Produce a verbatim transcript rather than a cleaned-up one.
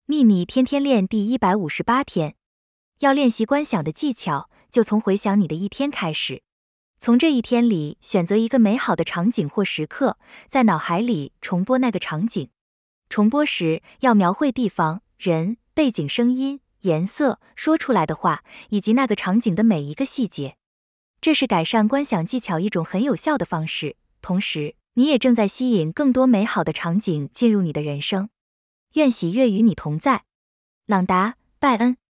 秘密天天练第一百五十八天，要练习观想的技巧，就从回想你的一天开始。从这一天里选择一个美好的场景或时刻，在脑海里重播那个场景。重播时要描绘地方、人、背景声音、颜色、说出来的话，以及那个场景的每一个细节。这是改善观想技巧一种很有效的方式，同时你也正在吸引更多美好的场景进入你的人生。愿喜悦与你同在，朗达·拜恩。